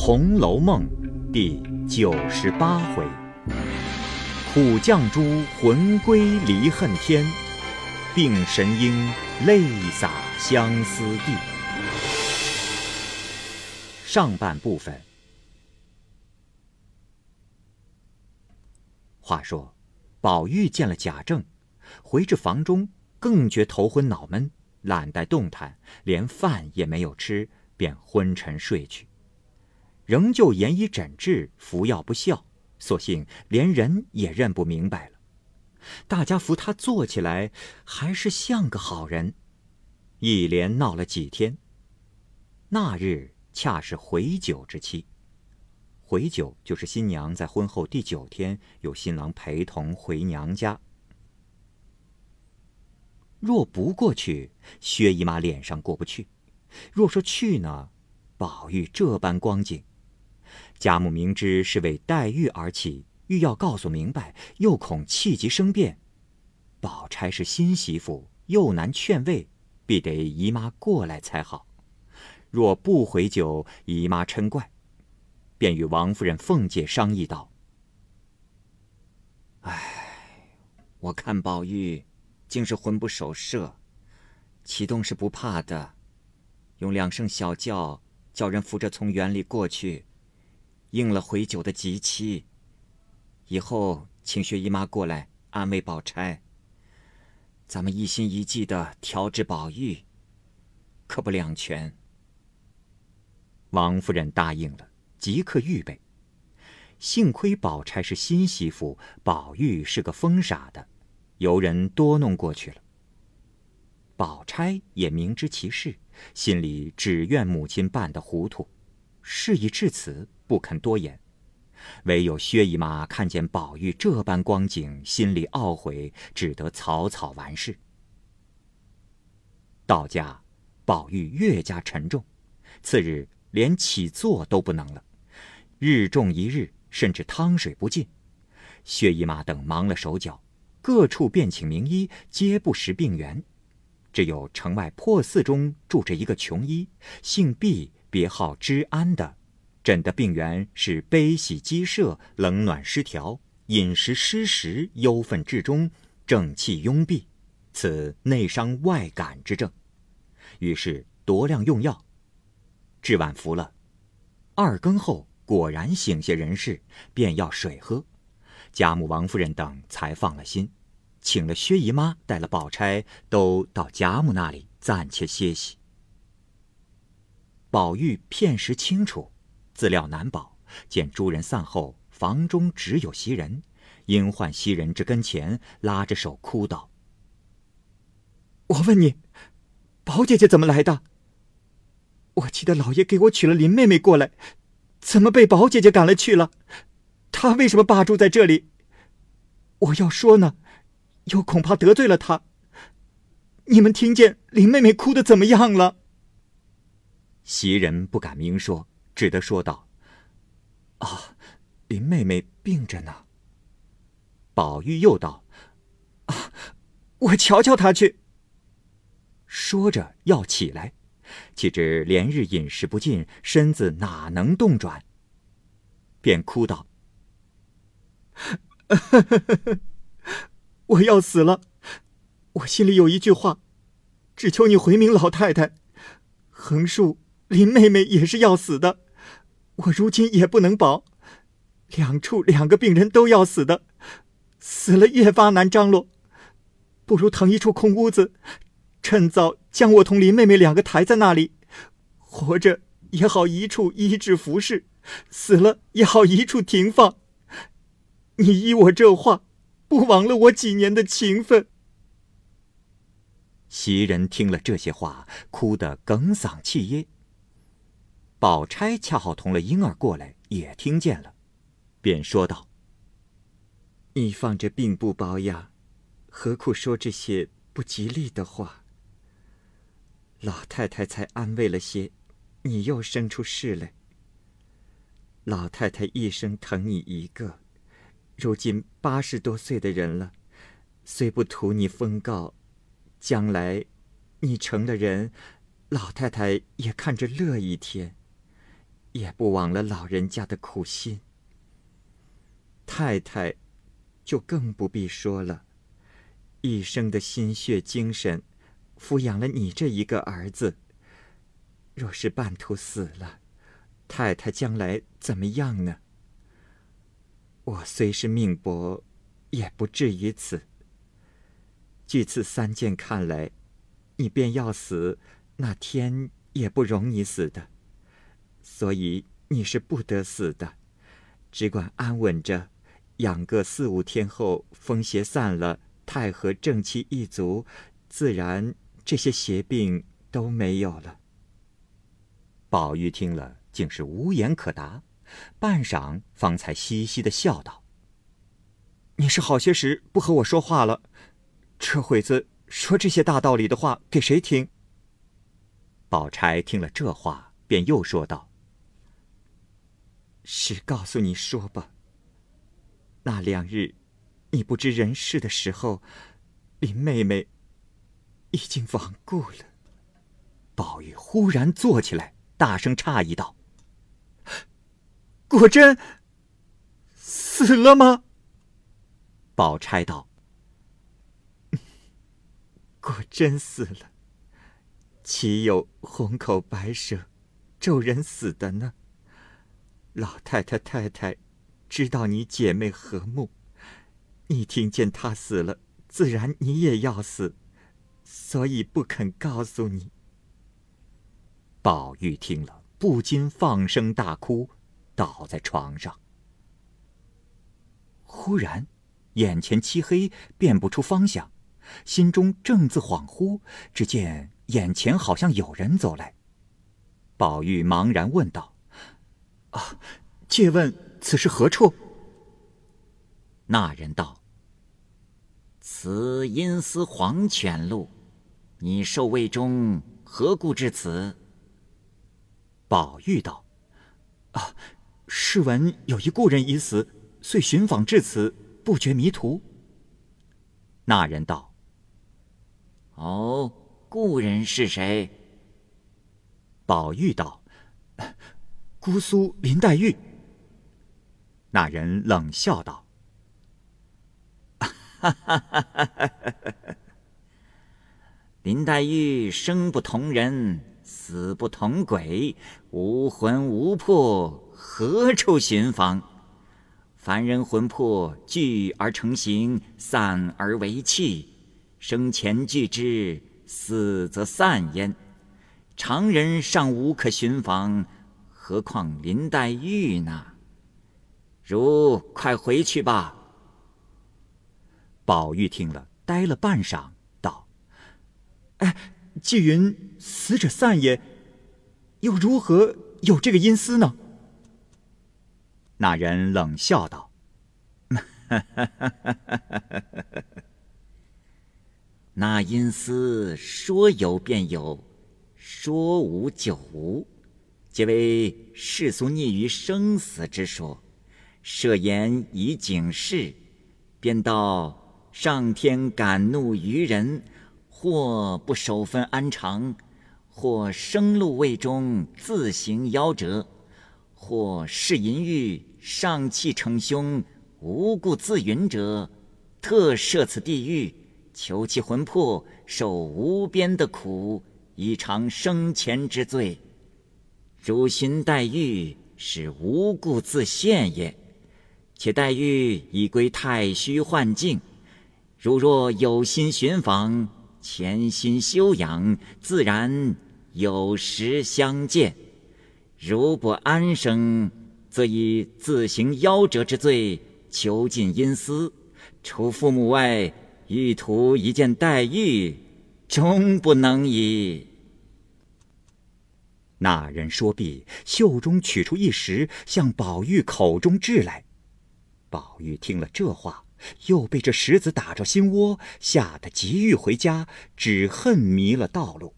红楼梦》第98回：苦绛珠魂归离恨天，病神鹰泪洒相思地。上半部分。话说，宝玉见了贾政，回至房中，更觉头昏脑闷，懒怠动弹，连饭也没有吃，便昏沉睡去。仍旧严医诊治，服药不效，索性连人也认不明白了。大家扶他坐起来，还是像个好人。一连闹了几天。那日恰是回酒之期。回酒就是新娘在婚后第9天有新郎陪同回娘家。若不过去，薛姨妈脸上过不去；若说去呢，宝玉这般光景，贾母明知是为黛玉而起，欲要告诉明白，又恐气急生变。宝钗是新媳妇，又难劝慰，必得姨妈过来才好。若不回酒，姨妈嗔怪，便与王夫人、凤姐商议道：“我看宝玉竟是魂不守舍，启动是不怕的，用2声小叫，叫人扶着从园里过去，应了回酒的吉期。以后请薛姨妈过来安慰宝钗，咱们一心一计的调治宝玉，可不两全。”王夫人答应了，即刻预备。幸亏宝钗是新媳妇，宝玉是个疯傻的，由人多弄过去了。宝钗也明知其事，心里只怨母亲办得糊涂，事已至此，不肯多言。唯有薛姨妈看见宝玉这般光景，心里懊悔，只得草草完事。到家，宝玉越加沉重，次日连起坐都不能了，日重一日，甚至汤水不进。薛姨妈等忙了手脚，各处便请名医，皆不识病源。只有城外破寺中住着一个穷医，姓毕，别号知安的，诊的病源是悲喜积摄、冷暖失调、饮食失时、忧愤至中、正气壅闭，此内伤外感之症。于是夺量用药，至晚服了，2更后果然醒些人事，便要水喝。贾母、王夫人等才放了心，请了薛姨妈，带了宝钗，都到贾母那里暂且歇息。宝玉片时清楚，自料难保，见诸人散后，房中只有袭人，因唤袭人至跟前，拉着手哭道：“我问你，宝姐姐怎么来的？我记得老爷给我娶了林妹妹过来，怎么被宝姐姐赶了去了？她为什么罢住在这里？我要说呢，又恐怕得罪了她。你们听见林妹妹哭得怎么样了？”袭人不敢明说，只得说道：“林妹妹病着呢。”宝玉又道：“我瞧瞧她去。”说着要起来，岂知连日饮食不进，身子哪能动转，便哭道：“我要死了！我心里有一句话，只求你回明老太太，横竖林妹妹也是要死的，我如今也不能保，两处2个病人都要死的，死了越发难张罗，不如腾一处空屋子，趁早将我同林妹妹2个抬在那里，活着也好一处医治服侍，死了也好一处停放。你依我这话，不枉了我几年的情分。”袭人听了这些话，哭得哽嗓气噎。宝钗恰好同了婴儿过来，也听见了，便说道：“你放着病不保养，何苦说这些不吉利的话？老太太才安慰了些，你又生出事来。老太太一生疼你一个，如今80多岁的人了，虽不图你封诰，将来你成了人，老太太也看着乐一天。 也不枉了老人家的苦心。太太就更不必说了，一生的心血精神抚养了你这一个儿子，若是半途死了，太太将来怎么样呢？我虽是命薄，也不至于此。据此3件看来，你便要死，那天也不容你死的，所以你是不得死的，只管安稳着，养个4、5天后，风邪散了，太和正气一足，自然这些邪病都没有了。 宝玉听了，竟是无言可答，半晌方才嘻嘻地笑道：“ 你是好些时不和我说话了，这会子说这些大道理的话给谁听？” 宝钗听了这话，便又说道：“ 实告诉你说吧，那2日你不知人事的时候，林妹妹已经亡故了。” 宝玉忽然坐起来，大声诧异道：“ 果真死了吗？” 宝钗道：“ 果真死了，岂有红口白舌咒人死的呢？老太太太太知道你姐妹和睦，你听见她死了，自然你也要死，所以不肯告诉你。” 宝玉听了，不禁放声大哭，倒在床上。忽然眼前漆黑，辨不出方向，心中正自恍惚，只见眼前好像有人走来。宝玉茫然问道：“ 借问此是何处？” 那人道：“ 此阴司黄泉路，你受魏中何故至此？” 宝玉道：“ 试闻有一故人已死，遂寻访至此，不觉迷途。” 那人道：“ 哦，故人是谁？” 宝玉道：“ 姑苏林黛玉。” 那人冷笑道：“ 林黛玉生不同人，死不同鬼，无魂无魄，何处寻访？凡人魂魄聚而成形，散而为气，生前聚之，死则散焉。常人尚无可寻访，何况林黛玉呢？如快回去吧。” 宝玉听了，呆了半晌，道：“ 既云死者散也，又如何有这个阴司呢？” 那人冷笑道：“ 那阴司说有便有，说无就无，皆为世俗溺于生死之说，设言以警示，便道上天感怒于人，或不守分安常，或生禄位中自行夭折，或是淫欲上气成凶，无故自云者，特设此地狱，求其魂魄受无边的苦，以偿生前之罪。汝寻黛玉，是无故自陷也。且黛玉已归太虚幻境，如若有心寻访，潜心修养，自然有时相见。如不安生，则以自行夭折之罪囚禁阴司，除父母外，欲图一见黛玉，终不能矣。” 那人说毕，袖中取出一石，向宝玉口中掷来。宝玉听了这话，又被这石子打着心窝，吓得急欲回家，只恨迷了道路。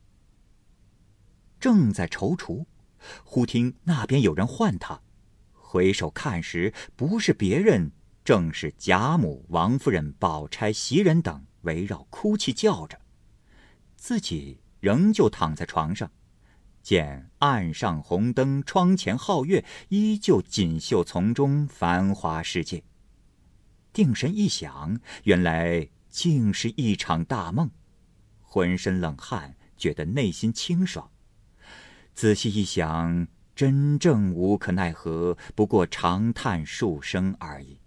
正在踌躇，忽听那边有人唤他，回首看时，不是别人，正是贾母、王夫人、宝钗、袭人等围绕哭泣叫着，自己仍旧躺在床上， 见岸上红灯，窗前皓月，依旧锦绣丛中，繁华世界。定神一想，原来竟是一场大梦，浑身冷汗，觉得内心清爽。仔细一想，真正无可奈何，不过长叹数声而已。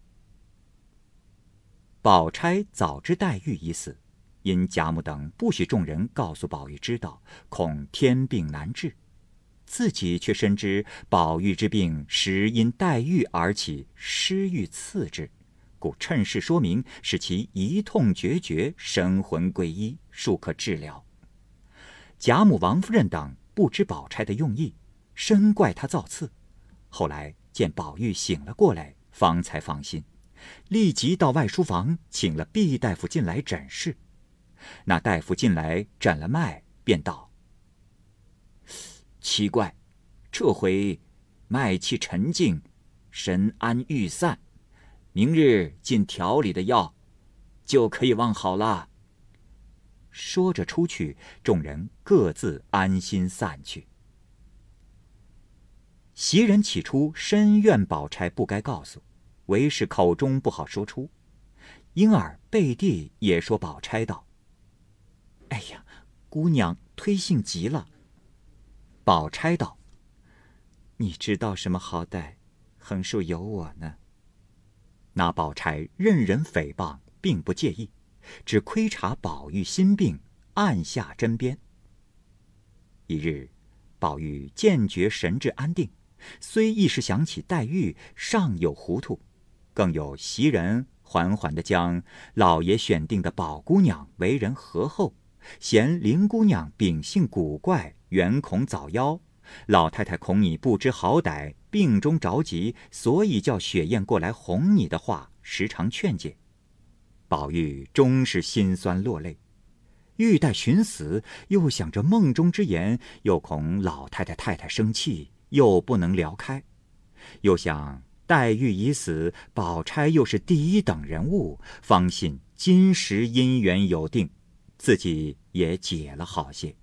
宝钗早知黛玉已死，因贾母等不许众人告诉宝玉知道，恐天病难治。自己却深知宝玉之病实因黛玉而起，失欲刺之，故趁势说明，使其一痛决绝，神魂归一，庶可治疗。贾母、王夫人等不知宝钗的用意，深怪她造次。后来见宝玉醒了过来，方才放心，立即到外书房请了毕大夫进来诊视。那大夫进来诊了脉，便道：奇怪，这回脉气沉静，神安欲散，明日进调理的药，就可以望好了。说着出去，众人各自安心散去。袭人起初深怨宝钗不该告诉，为是口中不好说出，因而背地也说宝钗道：哎呀，姑娘推性急了。宝钗道：你知道什么好歹，横竖有我呢。那宝钗任人诽谤，并不介意，只窥察宝玉心病，按下针砭。一日，宝玉渐觉神志安定，虽一时想起黛玉尚有糊涂，更有袭人缓缓地将老爷选定的宝姑娘为人和厚，嫌林姑娘秉性古怪，原恐早夭，老太太恐你不知好歹，病中着急，所以叫雪雁过来哄你的话，时常劝解。宝玉终是心酸落泪，欲待寻死，又想着梦中之言，又恐老太太生气，又不能聊开，又想黛玉已死，宝钗又是第一等人物，方信今时姻缘有定，自己也解了好些。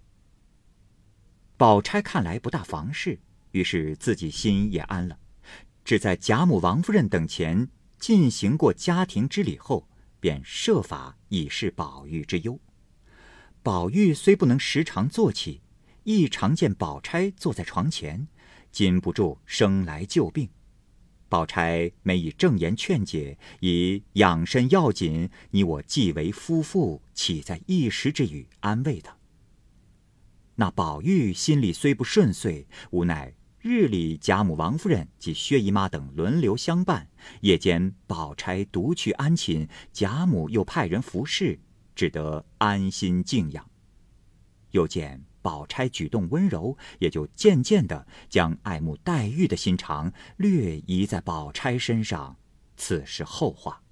宝钗看来不大妨事，于是自己心也安了，只在贾母、王夫人等前进行过家庭之礼后，便设法以示宝玉之忧。宝玉虽不能时常坐起，亦常见宝钗坐在床前，禁不住生来旧病。宝钗每以正言劝解，以养身要紧，你我既为夫妇，岂在一时之语安慰他。那宝玉心里虽不顺遂，无奈日里贾母、王夫人及薛姨妈等轮流相伴，夜间宝钗独去安寝，贾母又派人服侍，只得安心静养。又见宝钗举动温柔，也就渐渐地将爱慕黛玉的心肠略移在宝钗身上，此是后话。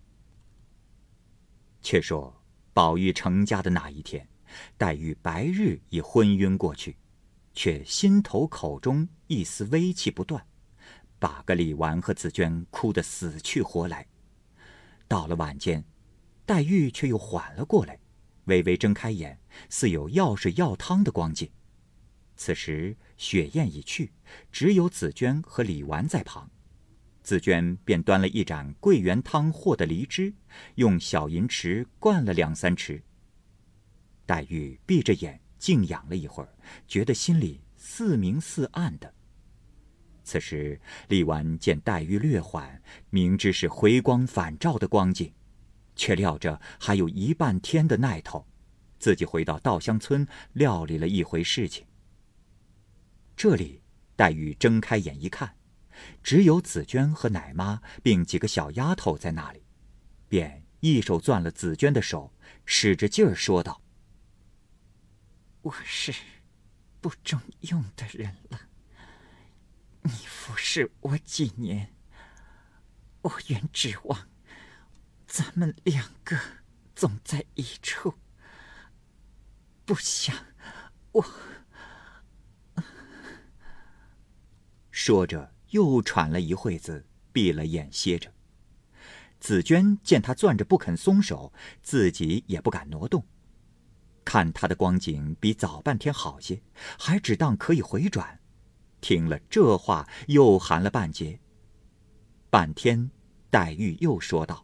却说宝玉成家的那一天，黛玉白日已昏晕过去，却心头口中一丝微气不断，把个李纨和紫娟哭得死去活来。到了晚间，黛玉却又缓了过来，微微睁开眼，似有药水药汤的光景。此时雪雁已去，只有紫娟和李纨在旁。紫娟便端了一盏桂圆汤和的梨汁，用小银匙灌了2、3匙。黛玉闭着眼静养了一会儿，觉得心里似明似暗的。此时李纨见黛玉略缓，明知是回光返照的光景，却料着还有1半天的耐头，自己回到稻香村料理了一回事情。这里黛玉睁开眼一看，只有紫娟和奶妈并几个小丫头在那里，便一手攥了紫娟的手，使着劲儿说道：我是不中用的人了，你服侍我几年，我原指望咱们2个总在一处，不想我……说着又喘了一会子，闭了眼歇着。紫娟见他攥着不肯松手，自己也不敢挪动， 看他的光景比早半天好些，还只当可以回转。听了这话，又寒了半截。半天，黛玉又说道：“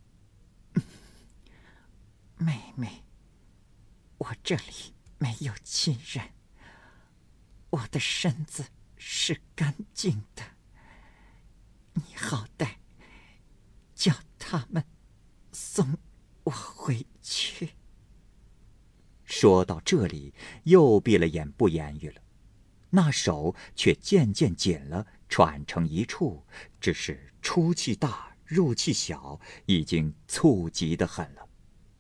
妹妹，我这里没有亲人，我的身子是干净的，你好歹叫他们送我回去。” 说到这里，又闭了眼不言语了，那手却渐渐紧了，串成一处，只是出气大入气小，已经猝急得很了。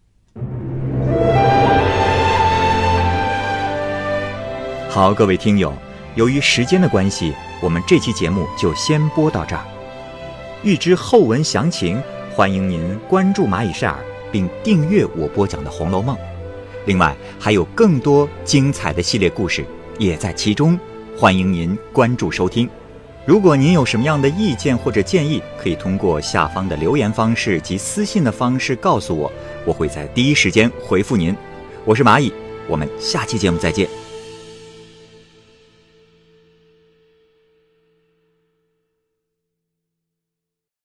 好，各位听友，由于时间的关系，我们这期节目就先播到这儿。欲知后文详情，欢迎您关注蚂蚁晒尔，并订阅我播讲的《红楼梦》。另外，还有更多精彩的系列故事也在其中，欢迎您关注收听。如果您有什么样的意见或者建议，可以通过下方的留言方式及私信的方式告诉我，我会在第一时间回复您。我是蚂蚁，我们下期节目再见。